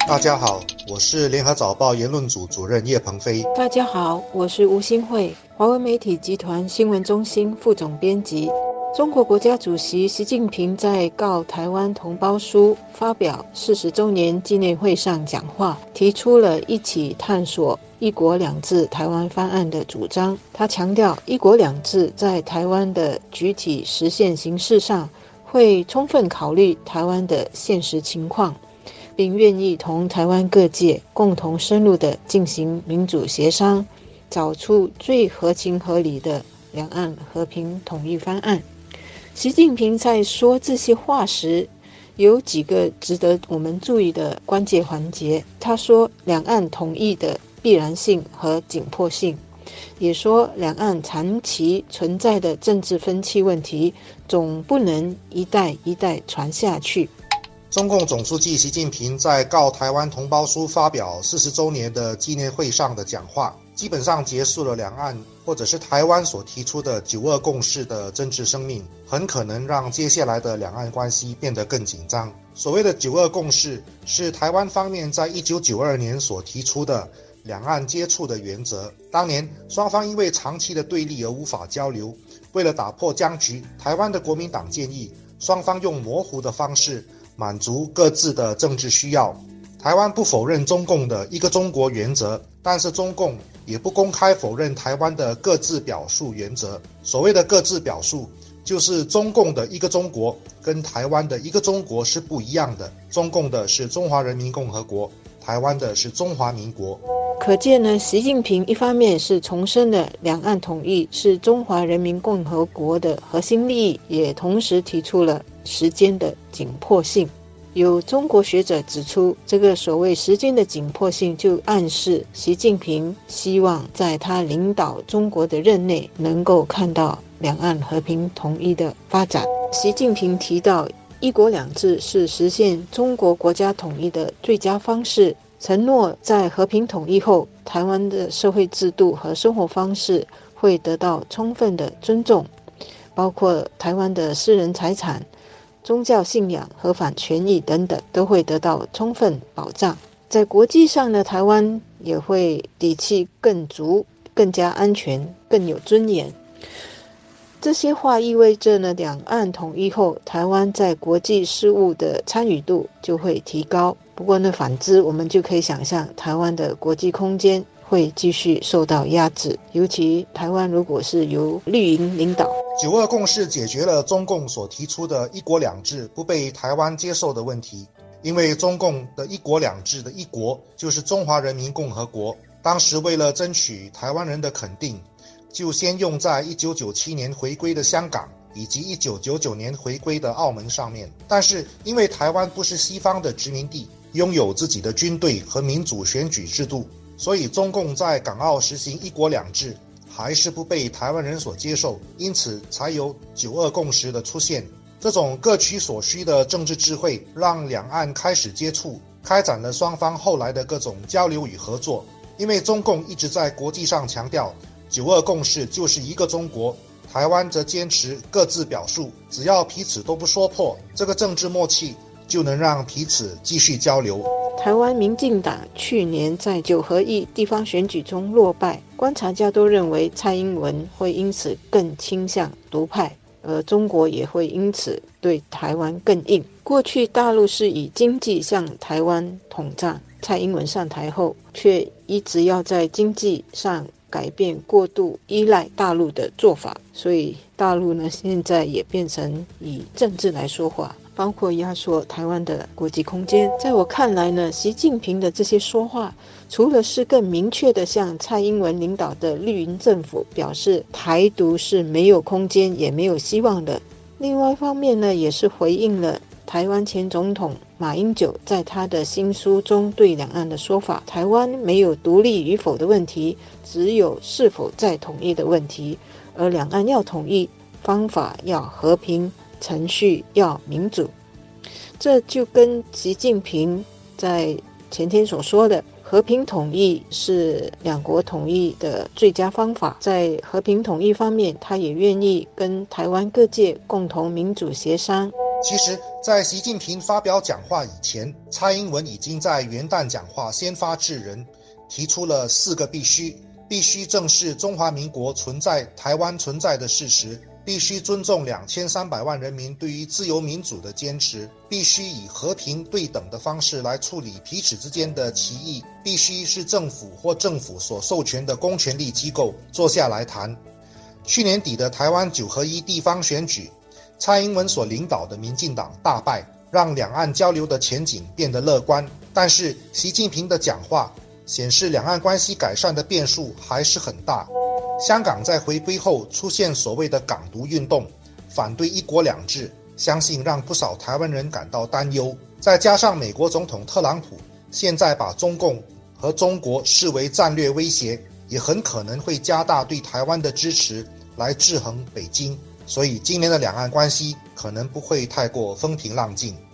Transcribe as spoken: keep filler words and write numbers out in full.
大家好，我是联合早报言论组主任叶鹏飞。 大家好，我是吴新慧，华文媒体集团新闻中心副总编辑。中国国家主席习近平在告台湾同胞书发表四十周年纪念会上讲话，提出了一起探索一国两制台湾方案的主张。他强调，一国两制在台湾的具体实现形式上会充分考虑台湾的现实情况，并愿意同台湾各界共同深入地进行民主协商，找出最合情合理的两岸和平统一方案。习近平在说这些话时，有几个值得我们注意的关键环节。他说两岸统一的必然性和紧迫性，也说两岸长期存在的政治分歧问题总不能一代一代传下去。 中共总书记习近平在告台湾同胞书发表四十周年的纪念会上的讲话，基本上结束了两岸或者是台湾所提出的九二共识的政治生命，很可能让接下来的两岸关系变得更紧张。所谓的九二共识是台湾方面在一九九二年所提出的两岸接触的原则。当年双方因为长期的对立而无法交流，为了打破僵局，台湾的国民党建议双方用模糊的方式满足各自的政治需要。台湾不否认中共的一个中国原则，但是中共也不公开否认台湾的各自表述原则。所谓的各自表述，就是中共的一个中国跟台湾的一个中国是不一样的，中共的是中华人民共和国，台湾的是中华民国。 可见呢，习近平一方面是重申了两岸统一是中华人民共和国的核心利益，也同时提出了时间的紧迫性。有中国学者指出，这个所谓时间的紧迫性就暗示习近平希望在他领导中国的任内能够看到两岸和平统一的发展。习近平提到，一国两制是实现中国国家统一的最佳方式，承诺在和平统一后，台湾的社会制度和生活方式会得到充分的尊重，包括台湾的私人财产、宗教信仰、合法权益等等都会得到充分保障。在国际上呢，台湾也会底气更足、更加安全、更有尊严。这些话意味着呢，两岸统一后，台湾在国际事务的参与度就会提高。不过呢，反之我们就可以想象，台湾的国际空间会继续受到压制，尤其台湾如果是由绿营领导。 九二共识解决了中共所提出的一国两制不被台湾接受的问题，因为中共的一国两制的一国就是中华人民共和国。当时为了争取台湾人的肯定，就先用在一九九七年回归的香港以及一九九九年回归的澳门上面。但是因为台湾不是西方的殖民地，拥有自己的军队和民主选举制度，所以中共在港澳实行一国两制还是不被台湾人所接受，因此才有九二共识的出现。这种各取所需的政治智慧让两岸开始接触，开展了双方后来的各种交流与合作。因为中共一直在国际上强调九二共识就是一个中国，台湾则坚持各自表述，只要彼此都不说破，这个政治默契就能让彼此继续交流。 台湾民进党去年在九合一地方选举中落败，观察家都认为蔡英文会因此更倾向独派，而中国也会因此对台湾更硬。过去大陆是以经济向台湾统战，蔡英文上台后却一直要在经济上改变过度依赖大陆的做法，所以大陆呢现在也变成以政治来说话，包括压缩台湾的国际空间。在我看来呢，习近平的这些说话，除了是更明确的向蔡英文领导的绿营政府表示台独是没有空间也没有希望的，另外一方面呢，也是回应了台湾前总统马英九在他的新书中对两岸的说法，台湾没有独立与否的问题，只有是否再统一的问题，而两岸要统一，方法要和平，程序要民主。这就跟习近平在前天所说的和平统一是两国统一的最佳方法，在和平统一方面，他也愿意跟台湾各界共同民主协商。 其实在习近平发表讲话以前，蔡英文已经在元旦讲话先发制人，提出了四个必须：必须正视中华民国存在台湾存在的事实，必须尊重两千三百万人民对于自由民主的坚持，必须以和平对等的方式来处理彼此之间的歧义，必须是政府或政府所授权的公权力机构坐下来谈。去年底的台湾九合一地方选举，蔡英文所领导的民进党大败，让两岸交流的前景变得乐观。但是习近平的讲话显示，两岸关系改善的变数还是很大。香港在回归后出现所谓的港独运动，反对一国两制，相信让不少台湾人感到担忧。再加上美国总统特朗普现在把中共和中国视为战略威胁，也很可能会加大对台湾的支持来制衡北京。所以今年的两岸关系可能不会太过风平浪静。